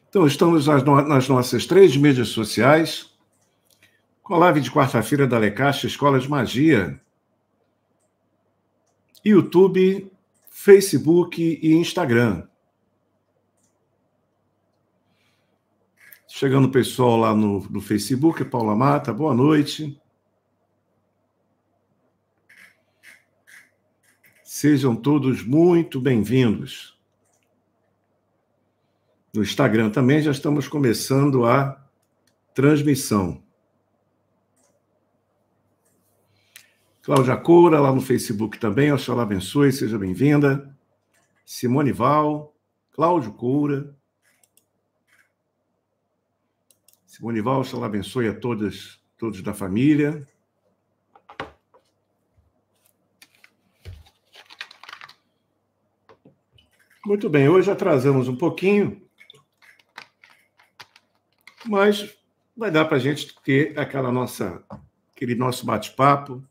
Então, estamos nas nossas 3 mídias sociais, com a live de quarta-feira da Lecaixa Escola de Magia, YouTube, Facebook e Instagram. Chegando o pessoal lá no Facebook, Paula Mata, boa noite. Sejam todos muito bem-vindos. No Instagram também já estamos começando a transmissão. Cláudia Coura, lá no Facebook também, Oxalá abençoe, seja bem-vinda. Simone Val, Cláudio Coura. Simone Val, Oxalá abençoe a todos da família. Muito bem, hoje atrasamos um pouquinho, mas vai dar para a gente ter aquele nosso bate-papo.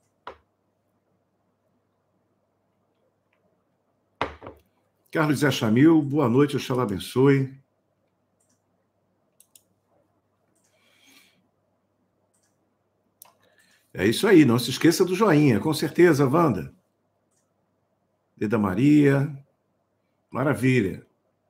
Carlos Zé Chamil, boa noite, Oxalá abençoe. É isso aí, não se esqueça do joinha, com certeza, Wanda. Deda Maria, maravilha.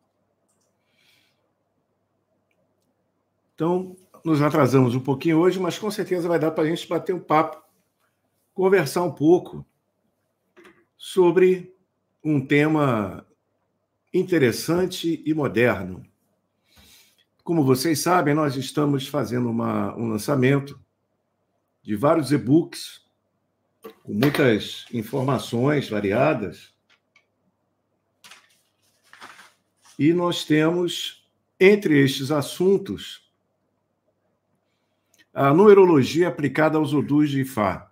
Então, nos atrasamos um pouquinho hoje, mas com certeza vai dar para a gente bater um papo, conversar um pouco sobre um tema interessante e moderno. Como vocês sabem, nós estamos fazendo um lançamento de vários e-books com muitas informações variadas. E nós temos, entre estes assuntos, a numerologia aplicada aos odus de Ifá.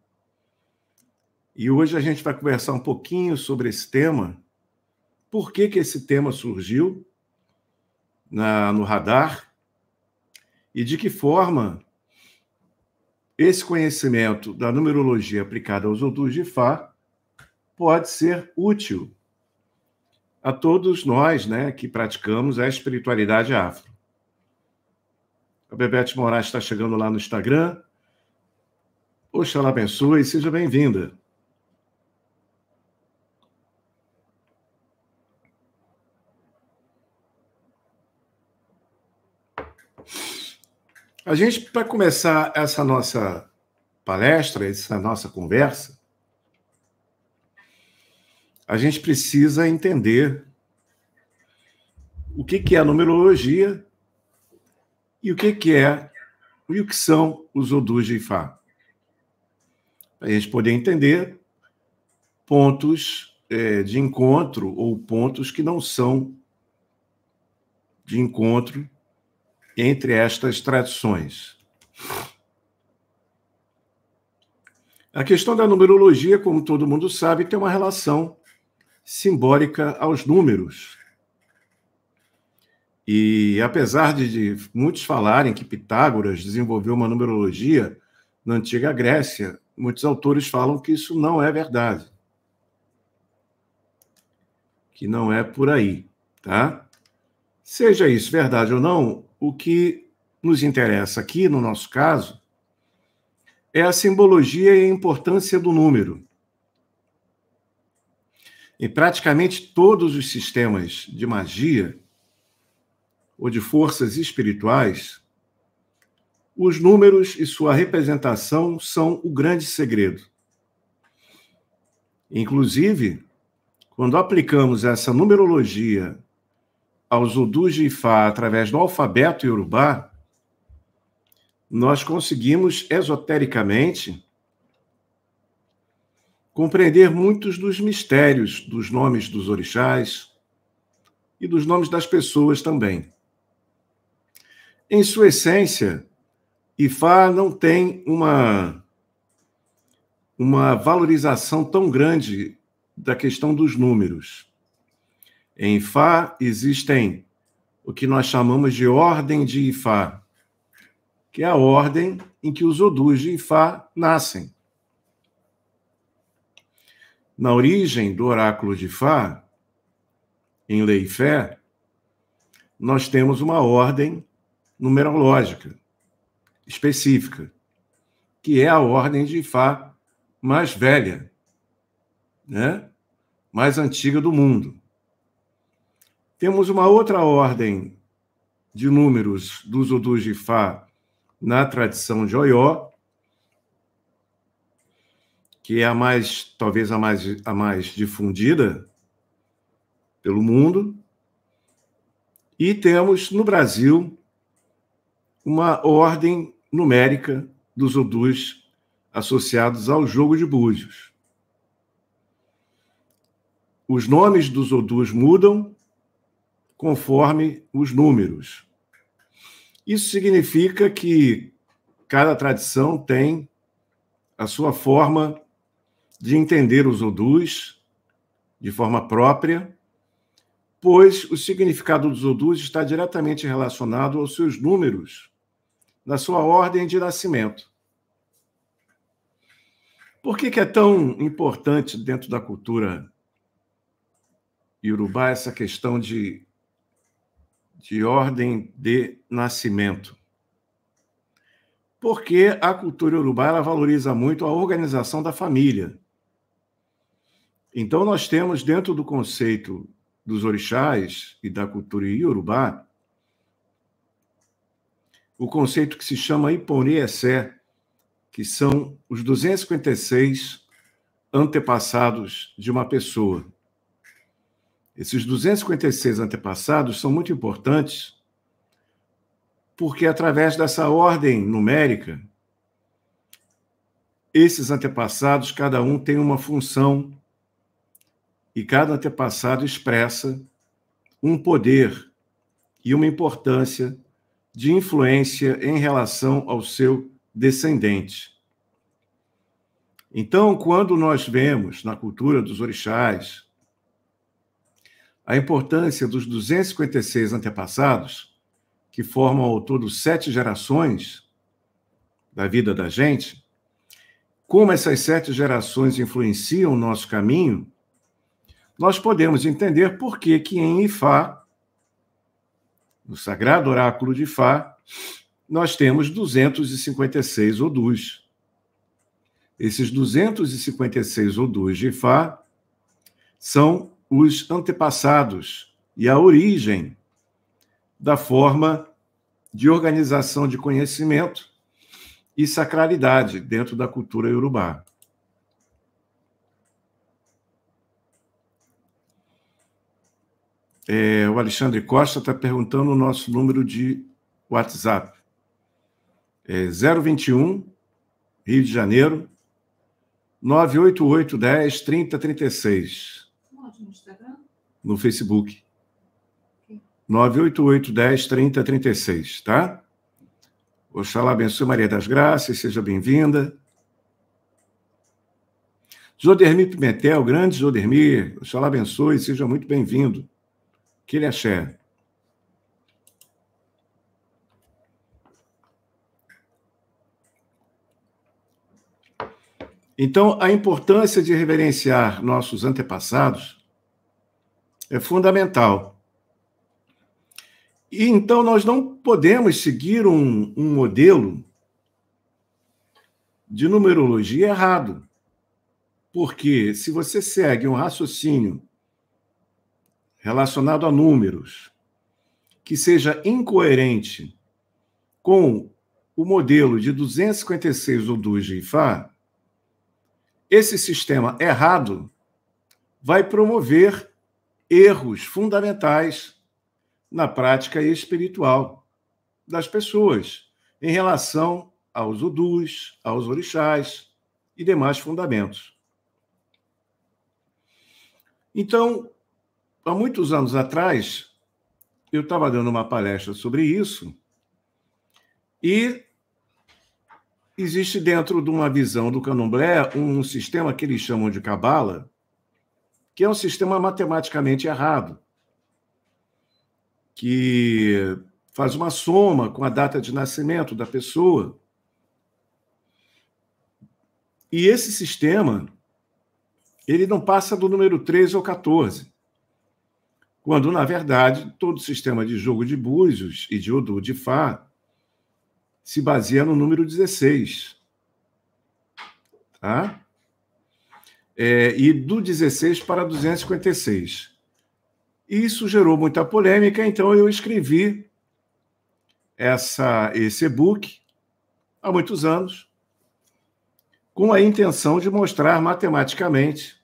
E hoje a gente vai conversar um pouquinho sobre esse tema, por que esse tema surgiu no radar e de que forma esse conhecimento da numerologia aplicada aos odus de Ifá pode ser útil a todos nós, né, que praticamos a espiritualidade afro. A Bebete Moraes está chegando lá no Instagram. Oxalá abençoe, seja bem-vinda. A gente, para começar essa nossa palestra, essa nossa conversa, a gente precisa entender o que é a numerologia e o que são os odus de Ifá. Para a gente poder entender pontos de encontro ou pontos que não são de encontro entre estas tradições. A questão da numerologia, como todo mundo sabe, tem uma relação simbólica aos números. E apesar de muitos falarem que Pitágoras desenvolveu uma numerologia na antiga Grécia, muitos autores falam que isso não é verdade. Que não é por aí, tá? Seja isso verdade ou não, o que nos interessa aqui, no nosso caso, é a simbologia e a importância do número. Em praticamente todos os sistemas de magia ou de forças espirituais, os números e sua representação são o grande segredo. Inclusive, quando aplicamos essa numerologia aos odus de Ifá através do alfabeto iorubá, nós conseguimos, esotericamente, compreender muitos dos mistérios dos nomes dos orixás e dos nomes das pessoas também. Em sua essência, Ifá não tem uma valorização tão grande da questão dos números. Em Ifá existem o que nós chamamos de ordem de Ifá, que é a ordem em que os odus de Ifá nascem. Na origem do oráculo de Ifá, em Lei e Fé, nós temos uma ordem numerológica específica, que é a ordem de Ifá mais velha, né? Mais antiga do mundo. Temos uma outra ordem de números dos Odus de Ifá na tradição de Oió, que é talvez a mais difundida pelo mundo. E temos, no Brasil, uma ordem numérica dos Odus associados ao jogo de búzios. Os nomes dos Odus mudam conforme os números. Isso significa que cada tradição tem a sua forma de entender os Odus de forma própria, pois o significado dos Odus está diretamente relacionado aos seus números, na sua ordem de nascimento. Por que é tão importante dentro da cultura iorubá essa questão de ordem de nascimento? Porque a cultura iorubá ela valoriza muito a organização da família. Então, nós temos, dentro do conceito dos orixás e da cultura iorubá, o conceito que se chama Iponê-Essé, que são os 256 antepassados de uma pessoa. Esses 256 antepassados são muito importantes porque, através dessa ordem numérica, esses antepassados, cada um tem uma função e cada antepassado expressa um poder e uma importância de influência em relação ao seu descendente. Então, quando nós vemos na cultura dos orixás a importância dos 256 antepassados, que formam ao todo 7 gerações da vida da gente, como essas 7 gerações influenciam o nosso caminho, nós podemos entender por que em Ifá, no Sagrado Oráculo de Ifá, nós temos 256 Odus. Esses 256 Odus de Ifá são os antepassados e a origem da forma de organização de conhecimento e sacralidade dentro da cultura iorubá. O Alexandre Costa está perguntando o nosso número de WhatsApp. 021, Rio de Janeiro, 988 10 30 36. No Instagram? No Facebook. 988 10 30 36, tá? Oxalá abençoe Maria das Graças, seja bem-vinda. Jodermir Pimentel, grande Jodermir, oxalá abençoe, seja muito bem-vindo. Que ele axé. Então, a importância de reverenciar nossos antepassados é fundamental. E então nós não podemos seguir um modelo de numerologia errado. Porque se você segue um raciocínio relacionado a números que seja incoerente com o modelo de 256 Odus de Ifá, esse sistema errado vai promover erros fundamentais na prática espiritual das pessoas em relação aos Odus, aos orixás e demais fundamentos. Então, há muitos anos atrás, eu estava dando uma palestra sobre isso e existe dentro de uma visão do Candomblé um sistema que eles chamam de Cabala, que é um sistema matematicamente errado, que faz uma soma com a data de nascimento da pessoa. E esse sistema, ele não passa do número 13 ou 14. quando, na verdade, todo o sistema de jogo de búzios e de Odu de Fá se baseia no número 16. Tá? E do 16 para 256. Isso gerou muita polêmica, então eu escrevi esse e-book há muitos anos, com a intenção de mostrar matematicamente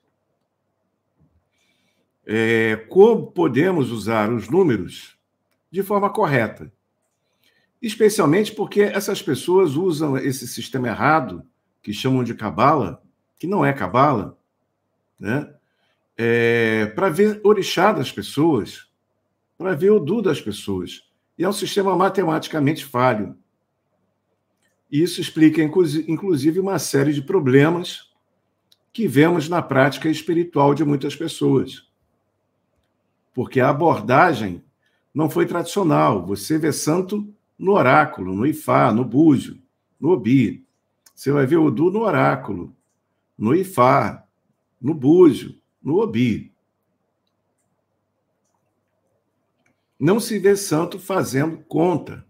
como podemos usar os números de forma correta. Especialmente porque essas pessoas usam esse sistema errado, que chamam de cabala, que não é cabala, né? Para ver orixá das pessoas, para ver Odu das pessoas. E é um sistema matematicamente falho. E isso explica, inclusive, uma série de problemas que vemos na prática espiritual de muitas pessoas. Porque a abordagem não foi tradicional. Você vê santo no oráculo, no Ifá, no búzio, no Obi. Você vai ver Odu no oráculo, no Ifá, no búzio, no Obi. Não se vê santo fazendo conta.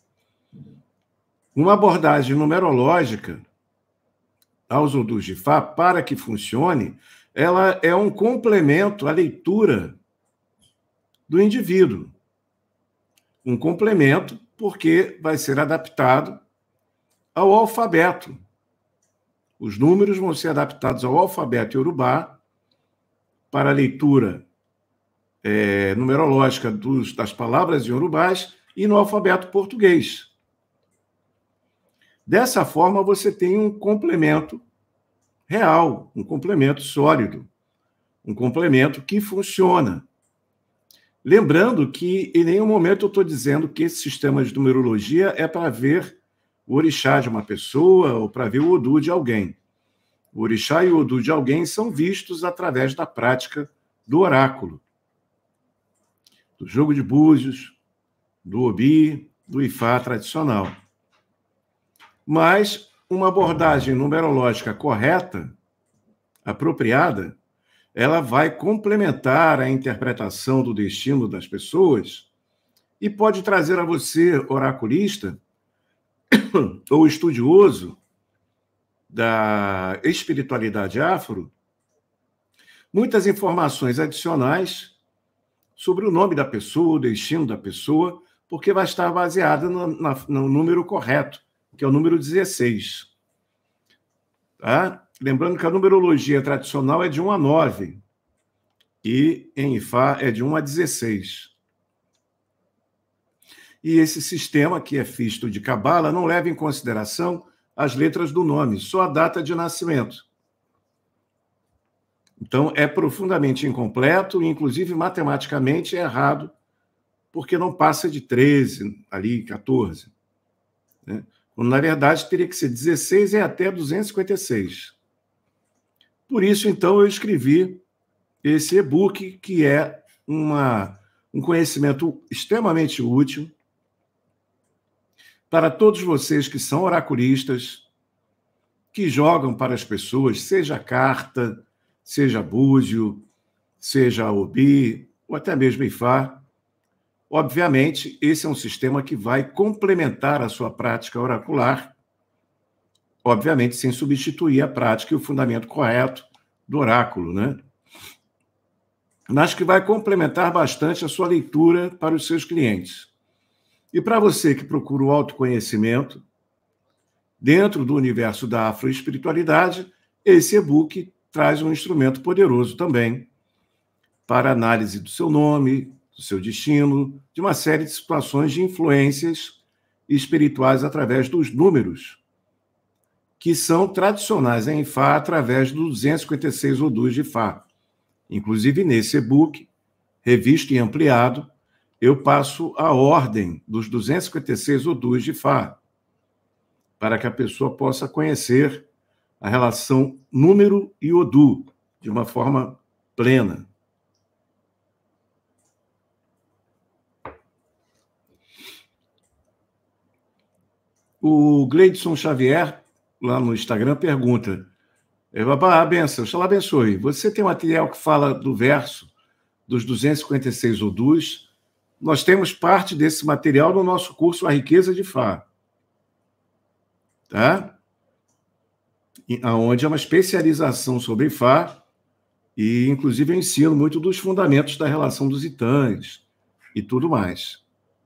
Uma abordagem numerológica aos Odus de Fá, para que funcione, ela é um complemento à leitura do indivíduo. Um complemento porque vai ser adaptado ao alfabeto. Os números vão ser adaptados ao alfabeto iorubá para a leitura numerológica das palavras iorubás e no alfabeto português. Dessa forma, você tem um complemento real, um complemento sólido, um complemento que funciona. Lembrando que em nenhum momento eu estou dizendo que esse sistema de numerologia é para ver o orixá de uma pessoa ou para ver o Odu de alguém. O orixá e o Odu de alguém são vistos através da prática do oráculo, do jogo de búzios, do Obi, do Ifá tradicional. Mas uma abordagem numerológica correta, apropriada, ela vai complementar a interpretação do destino das pessoas e pode trazer a você, oraculista ou estudioso da espiritualidade afro, muitas informações adicionais sobre o nome da pessoa, o destino da pessoa, porque vai estar baseada no número correto, que é o número 16. Tá? Lembrando que a numerologia tradicional é de 1 a 9 e em Ifá é de 1 a 16. E esse sistema, que é visto de cabala, não leva em consideração as letras do nome, só a data de nascimento. Então, é profundamente incompleto e, inclusive, matematicamente é errado, porque não passa de 13, ali, 14. Né? Quando, na verdade, teria que ser 16 e até 256. Por isso, então, eu escrevi esse e-book, que é um conhecimento extremamente útil para todos vocês que são oraculistas, que jogam para as pessoas, seja carta, seja búzio, seja Obi, ou até mesmo Ifá. Obviamente, esse é um sistema que vai complementar a sua prática oracular, obviamente sem substituir a prática e o fundamento correto do oráculo, né? Mas que vai complementar bastante a sua leitura para os seus clientes. E para você que procura o autoconhecimento, dentro do universo da afroespiritualidade, esse e-book traz um instrumento poderoso também para análise do seu nome, do seu destino, de uma série de situações de influências espirituais através dos números, que são tradicionais em Ifá através dos 256 Odus de Ifá. Inclusive, nesse e-book, revisto e ampliado, eu passo a ordem dos 256 Odus de Ifá, para que a pessoa possa conhecer a relação número e Odu de uma forma plena. O Gleidson Xavier, lá no Instagram, pergunta: Babá, benção, Xalá abençoe. Você tem material que fala do verso dos 256 odus, nós temos parte desse material no nosso curso A Riqueza de Fá. Tá? Onde é uma especialização sobre Fá, e inclusive eu ensino muito dos fundamentos da relação dos itãs e tudo mais.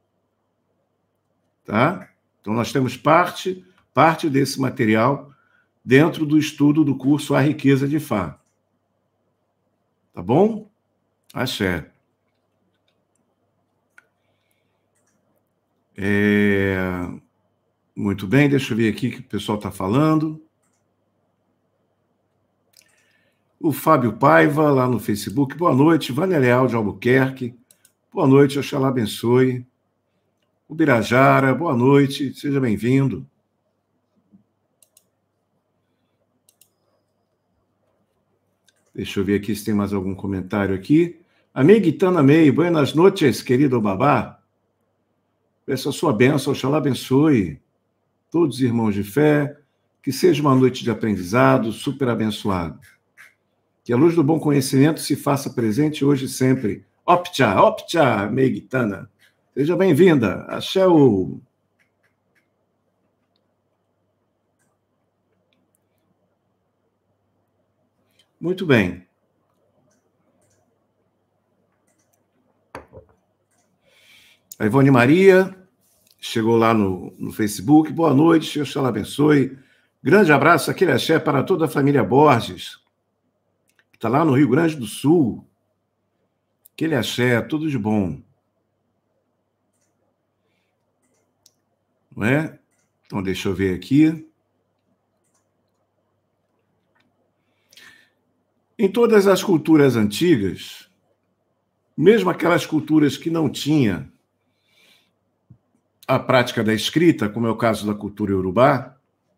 Tá? Então nós temos parte desse material dentro do estudo do curso A Riqueza de Fá. Tá bom? Axé. Muito bem, deixa eu ver aqui o que o pessoal está falando. O Fábio Paiva, lá no Facebook. Boa noite. Vânia Leal, de Albuquerque. Boa noite, Oxalá abençoe. O Birajara, boa noite. Seja bem-vindo. Deixa eu ver aqui se tem mais algum comentário aqui. Amiguitana Mei, buenas noches, querido babá. Peço a sua bênção, Oxalá abençoe todos os irmãos de fé, que seja uma noite de aprendizado super abençoado. Que a luz do bom conhecimento se faça presente hoje e sempre. Optcha, Meigitana. Seja bem-vinda. Axéu. Muito bem. A Ivone Maria chegou lá no Facebook. Boa noite, Oxalá abençoe. Grande abraço, aquele axé para toda a família Borges, que está lá no Rio Grande do Sul. Aquele axé, tudo de bom. Não é? Então, deixa eu ver aqui. Em todas as culturas antigas, mesmo aquelas culturas que não tinham a prática da escrita, como é o caso da cultura iorubá,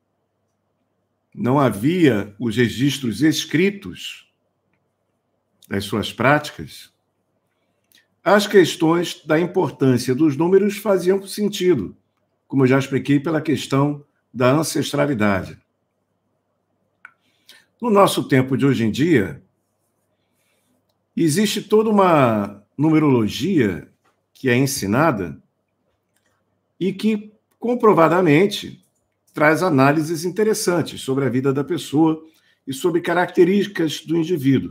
não havia os registros escritos das suas práticas, as questões da importância dos números faziam sentido, como eu já expliquei, pela questão da ancestralidade. No nosso tempo de hoje em dia, existe toda uma numerologia que é ensinada e que, comprovadamente, traz análises interessantes sobre a vida da pessoa e sobre características do indivíduo.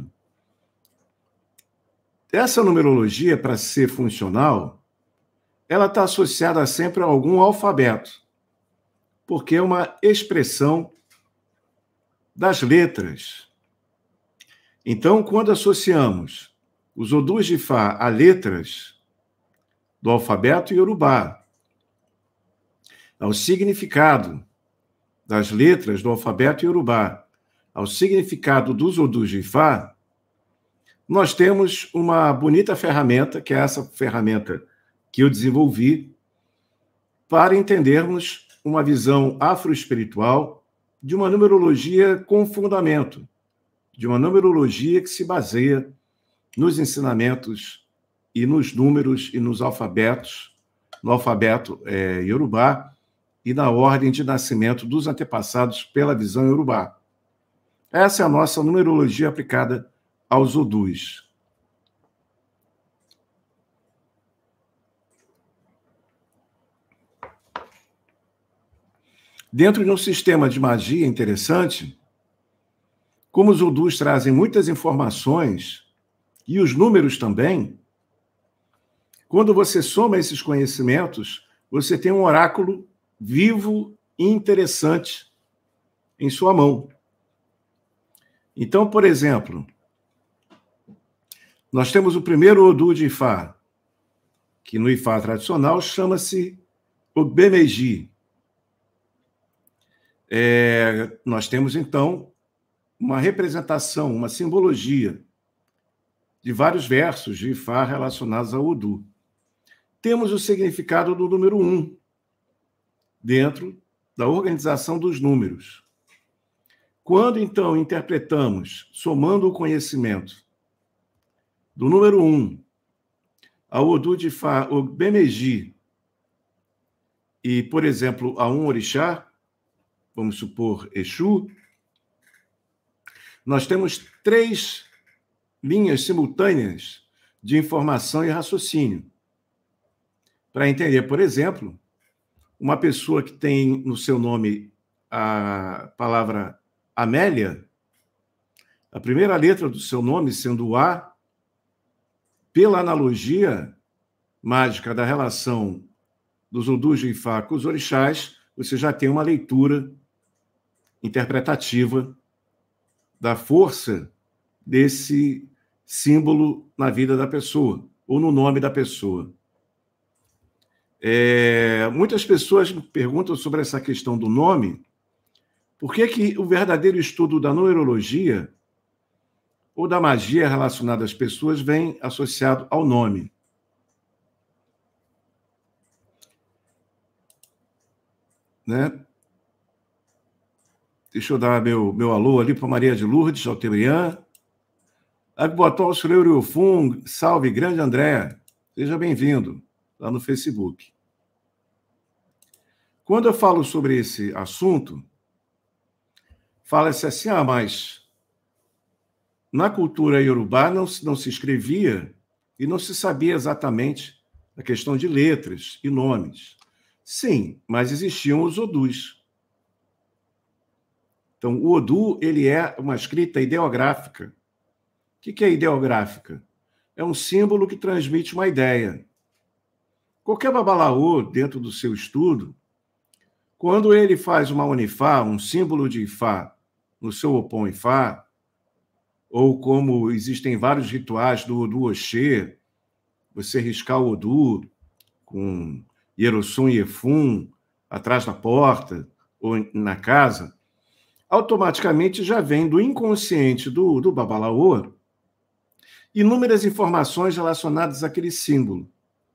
Essa numerologia, para ser funcional, ela está associada sempre a algum alfabeto, porque é uma expressão das letras. Então, quando associamos os odus de Fá a letras do alfabeto iorubá, ao significado das letras do alfabeto iorubá, ao significado dos odus de Fá, nós temos uma bonita ferramenta, que é essa ferramenta que eu desenvolvi, para entendermos uma visão afroespiritual de uma numerologia com fundamento, de uma numerologia que se baseia nos ensinamentos e nos números e nos alfabetos, no alfabeto iorubá e na ordem de nascimento dos antepassados pela visão iorubá. Essa é a nossa numerologia aplicada aos odus. Dentro de um sistema de magia interessante, como os odus trazem muitas informações, e os números também, quando você soma esses conhecimentos, você tem um oráculo vivo e interessante em sua mão. Então, por exemplo, nós temos o primeiro odu de Ifá, que no Ifá tradicional chama-se Ogbemeji. Nós temos, então, uma representação, uma simbologia de vários versos de Ifá relacionados ao Odu. Temos o significado do número 1 dentro da organização dos números. Quando, então, interpretamos, somando o conhecimento do número 1 ao Odu de Fá Ogbemeji e, por exemplo, a um orixá, vamos supor Exu, nós temos 3 linhas simultâneas de informação e raciocínio. Para entender, por exemplo, uma pessoa que tem no seu nome a palavra Amélia, a primeira letra do seu nome sendo o A, pela analogia mágica da relação dos Odus de Ifá com os orixás, você já tem uma leitura interpretativa da força desse símbolo na vida da pessoa, ou no nome da pessoa. Muitas pessoas me perguntam sobre essa questão do nome, por que o verdadeiro estudo da numerologia ou da magia relacionada às pessoas vem associado ao nome. Né? Deixa eu dar meu alô ali para Maria de Lourdes, Altebrian. Agboatol Suleuriofum, salve, grande André. Seja bem-vindo lá no Facebook. Quando eu falo sobre esse assunto, fala-se assim, mas na cultura iorubá não se escrevia e não se sabia exatamente a questão de letras e nomes. Sim, mas existiam os odus. Então, o odu, ele é uma escrita ideográfica. O que é ideográfica? É um símbolo que transmite uma ideia. Qualquer babalaô, dentro do seu estudo, quando ele faz uma unifá, um símbolo de Ifá, no seu Opon Ifá, ou como existem vários rituais do Odu Oxê, você riscar o Odu com Yerossum e Efum atrás da porta ou na casa, automaticamente já vem do inconsciente do babalaô inúmeras informações relacionadas àquele símbolo.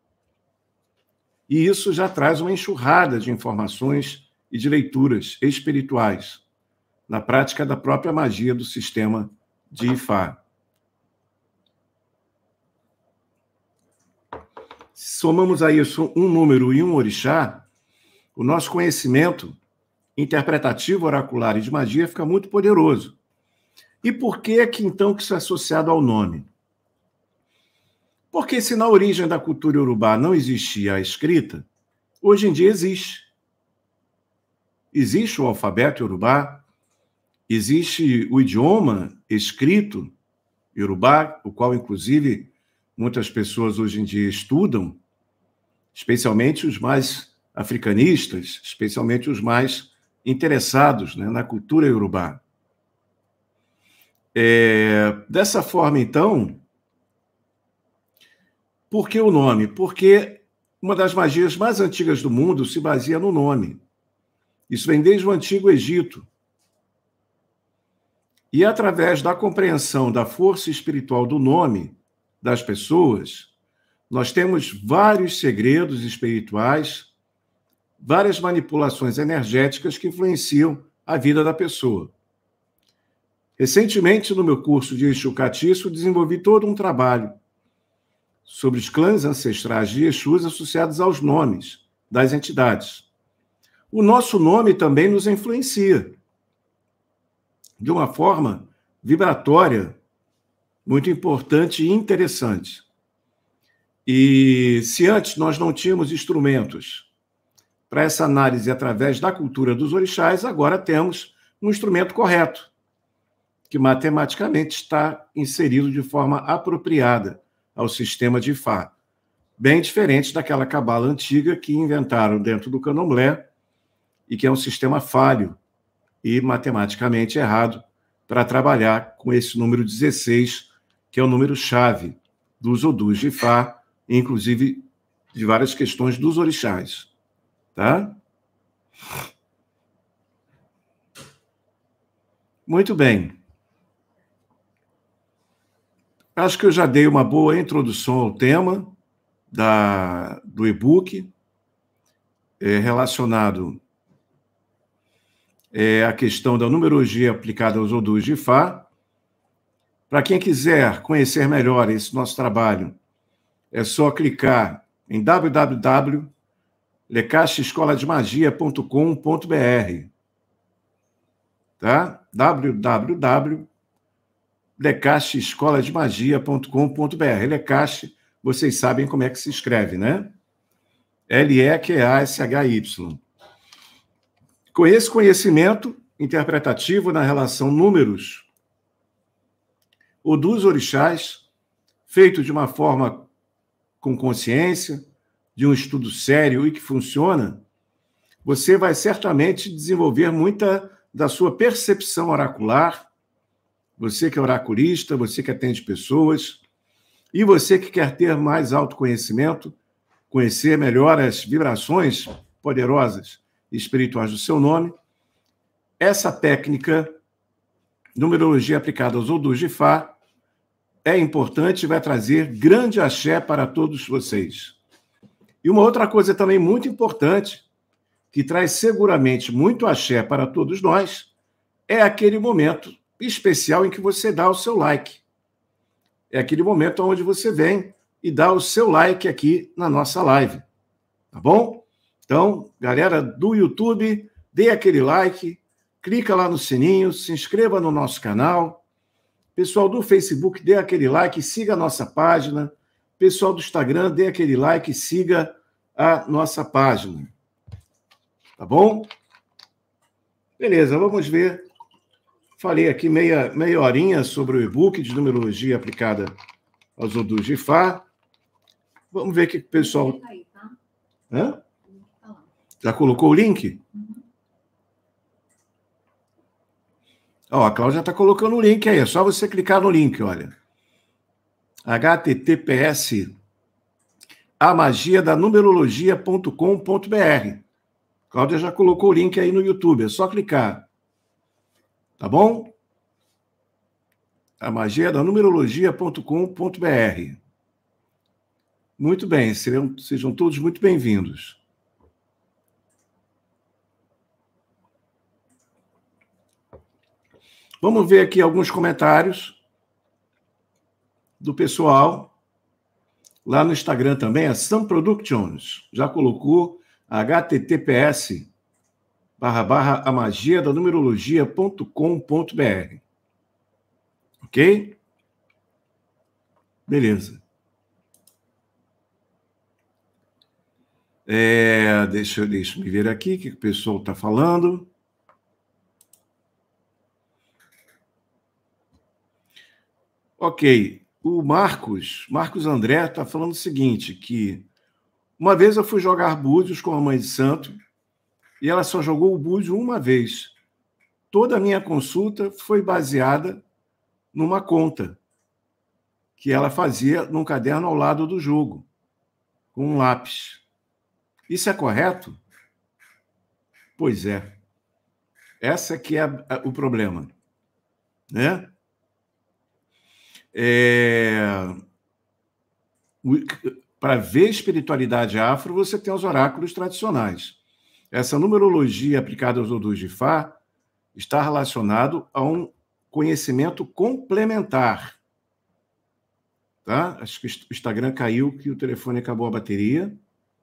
E isso já traz uma enxurrada de informações e de leituras espirituais na prática da própria magia do sistema de Ifá. Somamos a isso um número e um orixá, o nosso conhecimento interpretativo, oracular e de magia fica muito poderoso. E por que então, que isso é associado ao nome? Porque se na origem da cultura iorubá não existia a escrita, hoje em dia existe. Existe o alfabeto iorubá, existe o idioma escrito iorubá, o qual, inclusive, muitas pessoas hoje em dia estudam, especialmente os mais africanistas, especialmente os mais interessados, né, na cultura iorubá. Dessa forma, então, por que o nome? Porque uma das magias mais antigas do mundo se baseia no nome. Isso vem desde o Antigo Egito. E através da compreensão da força espiritual do nome das pessoas, nós temos vários segredos espirituais, várias manipulações energéticas que influenciam a vida da pessoa. Recentemente, no meu curso de Exu Catiço, desenvolvi todo um trabalho sobre os clãs ancestrais de Exus associados aos nomes das entidades. O nosso nome também nos influencia de uma forma vibratória muito importante e interessante. E se antes nós não tínhamos instrumentos para essa análise através da cultura dos orixás, agora temos um instrumento correto, que matematicamente está inserido de forma apropriada ao sistema de Ifá, bem diferente daquela cabala antiga que inventaram dentro do candomblé e que é um sistema falho e matematicamente errado para trabalhar com esse número 16, que é o número-chave dos Odus de Ifá, inclusive de várias questões dos orixás. Tá? Muito bem. Acho que eu já dei uma boa introdução ao tema do e-book relacionado à questão da numerologia aplicada aos Odus de Ifá. Para quem quiser conhecer melhor esse nosso trabalho, é só clicar em www.lecaixaescolademagia.com.br, tá? www Lecache escolademagia.com.br. Lecache, vocês sabem como é que se escreve, né? Leqashy. Com esse conhecimento interpretativo na relação números, o dos orixás, feito de uma forma com consciência, de um estudo sério e que funciona, você vai certamente desenvolver muita da sua percepção oracular, você que é oraculista, você que atende pessoas, e você que quer ter mais autoconhecimento, conhecer melhor as vibrações poderosas e espirituais do seu nome, essa técnica, numerologia aplicada aos Odus de Fá, é importante e vai trazer grande axé para todos vocês. E uma outra coisa também muito importante, que traz seguramente muito axé para todos nós, é aquele momento especial em que você dá o seu like. É aquele momento onde você vem e dá o seu like aqui na nossa live. Tá bom? Então, galera do YouTube, dê aquele like, clica lá no sininho, se inscreva no nosso canal. Pessoal do Facebook, dê aquele like, siga a nossa página. Pessoal do Instagram, dê aquele like, siga a nossa página. Tá bom? Beleza, vamos ver. Falei aqui meia horinha sobre o e-book de numerologia aplicada aos Odus de Fá. Vamos ver o que o pessoal... Hã? Já colocou o link? Ó, a Cláudia está colocando o link aí. É só você clicar no link, olha. https amagiadanumerologia.com.br. Cláudia já colocou o link aí no YouTube. É só clicar. Tá bom? amagiadanumerologia.com.br. Muito bem, sejam todos muito bem-vindos. Vamos ver aqui alguns comentários do pessoal. Lá no Instagram também, a Sam Productions já colocou https://amagiadanumerologia.com.br. Ok? Beleza. Deixa eu me ver aqui o que o pessoal está falando. Ok. O Marcos André está falando o seguinte, que uma vez eu fui jogar búzios com a mãe de santo e ela só jogou o búzio uma vez. Toda a minha consulta foi baseada numa conta que ela fazia num caderno ao lado do jogo, com um lápis. Isso é correto? Pois é. Essa que é o problema, né? Para ver espiritualidade afro, você tem os oráculos tradicionais. Essa numerologia aplicada aos Odus de Fá está relacionado a um conhecimento complementar. Tá? Acho que o Instagram caiu, que o telefone acabou a bateria.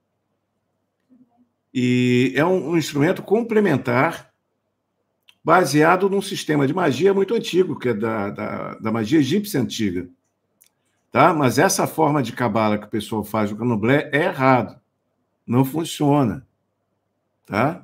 E é um instrumento complementar baseado num sistema de magia muito antigo, que é da magia egípcia antiga. Tá? Mas essa forma de cabala que o pessoal faz no candomblé é errado. Não funciona. Tá?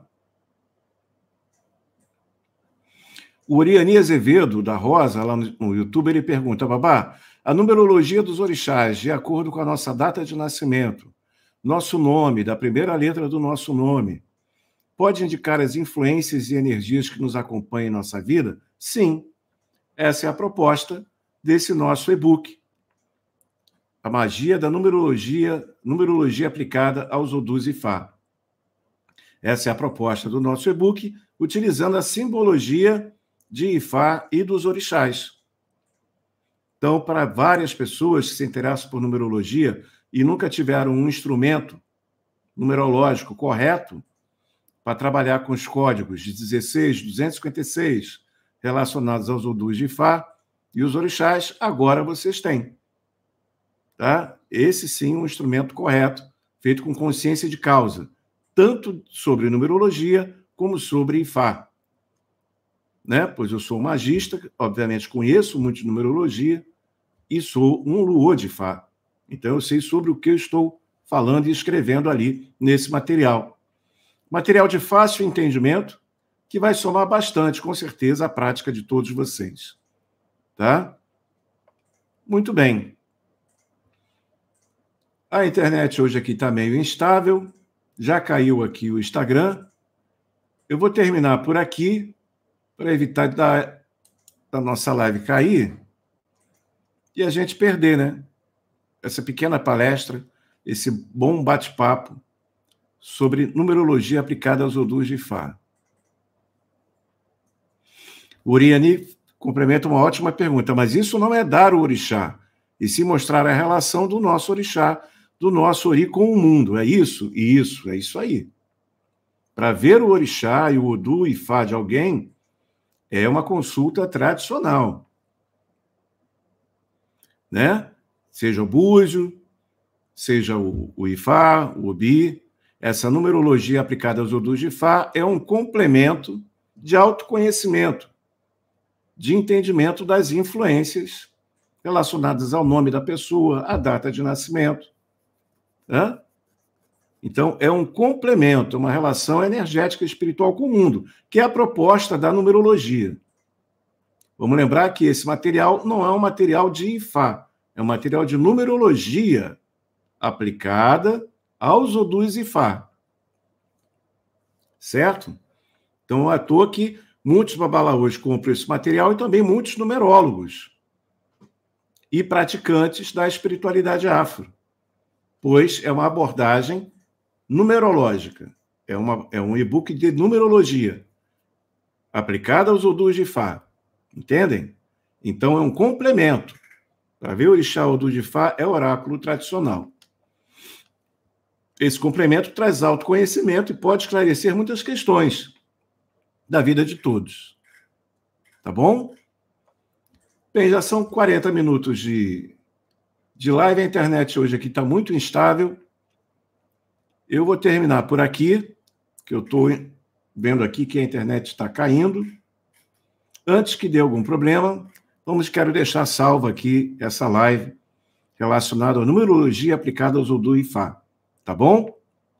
O Oriani Azevedo, da Rosa, lá no YouTube, ele pergunta, Babá, a numerologia dos orixás, de acordo com a nossa data de nascimento, nosso nome, da primeira letra do nosso nome, pode indicar as influências e energias que nos acompanham em nossa vida? Sim. Essa é a proposta desse nosso e-book. A magia da numerologia aplicada aos Odus e Fá. Essa é a proposta do nosso e-book, utilizando a simbologia de Ifá e dos orixás. Então, para várias pessoas que se interessam por numerologia e nunca tiveram um instrumento numerológico correto para trabalhar com os códigos de 16, 256 relacionados aos Odus de Ifá e os orixás, agora vocês têm. Tá? Esse sim é um instrumento correto, feito com consciência de causa, tanto sobre numerologia como sobre Ifá. né? Pois eu sou magista, obviamente conheço muito de numerologia e sou um Luô de Fá. Então eu sei sobre o que eu estou falando e escrevendo ali nesse material. Material de fácil entendimento que vai somar bastante, com certeza, à prática de todos vocês. Tá? Muito bem. A internet hoje aqui está meio instável, já caiu aqui o Instagram. Eu vou terminar por aqui, para evitar da nossa live cair e a gente perder, né? Essa pequena palestra, esse bom bate-papo sobre numerologia aplicada aos odus de Fá. O Uriani complementa uma ótima pergunta, mas isso não é dar o orixá, e se mostrar a relação do nosso orixá, do nosso ori com o mundo. É isso? Isso, é isso aí. Para ver o orixá e o odu e Fá de alguém, é uma consulta tradicional. Né? Seja o búzio, seja o Ifá, o Obi. Essa numerologia aplicada aos odus de Fá é um complemento de autoconhecimento, de entendimento das influências relacionadas ao nome da pessoa, à data de nascimento. Né? Então, é um complemento, uma relação energética e espiritual com o mundo, que é a proposta da numerologia. Vamos lembrar que esse material não é um material de Ifá, é um material de numerologia aplicada aos odus Ifá. Certo? Então, não é à toa que muitos babalaôs compram esse material e também muitos numerólogos e praticantes da espiritualidade afro, pois é uma abordagem numerológica, é um e-book de numerologia aplicada aos odus de Fá. Entendem? Então, é um complemento. Para ver o orixá odu de Fá é oráculo tradicional. Esse complemento traz autoconhecimento e pode esclarecer muitas questões da vida de todos. Tá bom? Bem, já são 40 minutos de live. A internet hoje aqui está muito instável. Eu vou terminar por aqui, que eu estou vendo aqui que a internet está caindo. Antes que dê algum problema, quero deixar salva aqui essa live relacionada à numerologia aplicada aos Odu e Fá. Tá bom?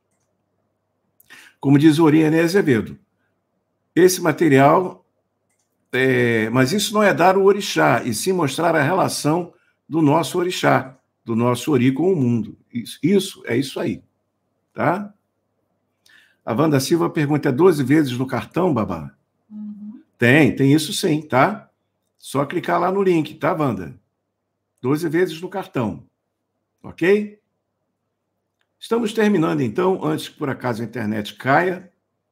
Como diz o Oriane Azevedo, esse material, mas isso não é dar o orixá, e sim mostrar a relação do nosso orixá, do nosso ori com o mundo. Isso, é isso aí. Tá? A Wanda Silva pergunta, 12 vezes no cartão, Babá? Tem isso sim, tá? Só clicar lá no link, tá, Wanda? 12 vezes no cartão, ok? Estamos terminando, então, antes que por acaso a internet caia.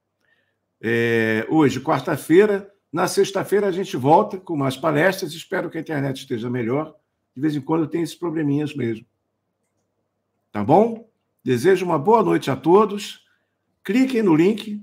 Hoje, quarta-feira. Na sexta-feira a gente volta com mais palestras. Espero que a internet esteja melhor. De vez em quando tem esses probleminhas mesmo. Tá bom? Desejo uma boa noite a todos. Cliquem no link,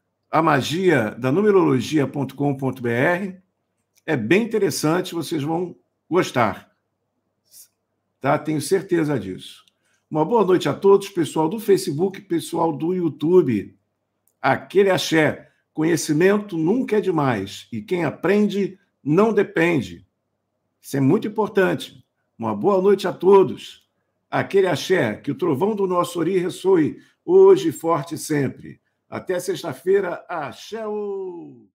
amagiadanumerologia.com.br. É bem interessante, vocês vão gostar. Tá? Tenho certeza disso. Uma boa noite a todos, pessoal do Facebook, pessoal do YouTube. Aquele axé. Conhecimento nunca é demais. E quem aprende não depende. Isso é muito importante. Uma boa noite a todos. Aquele axé, que o trovão do nosso ori ressoe hoje forte sempre. Até sexta-feira. Axé!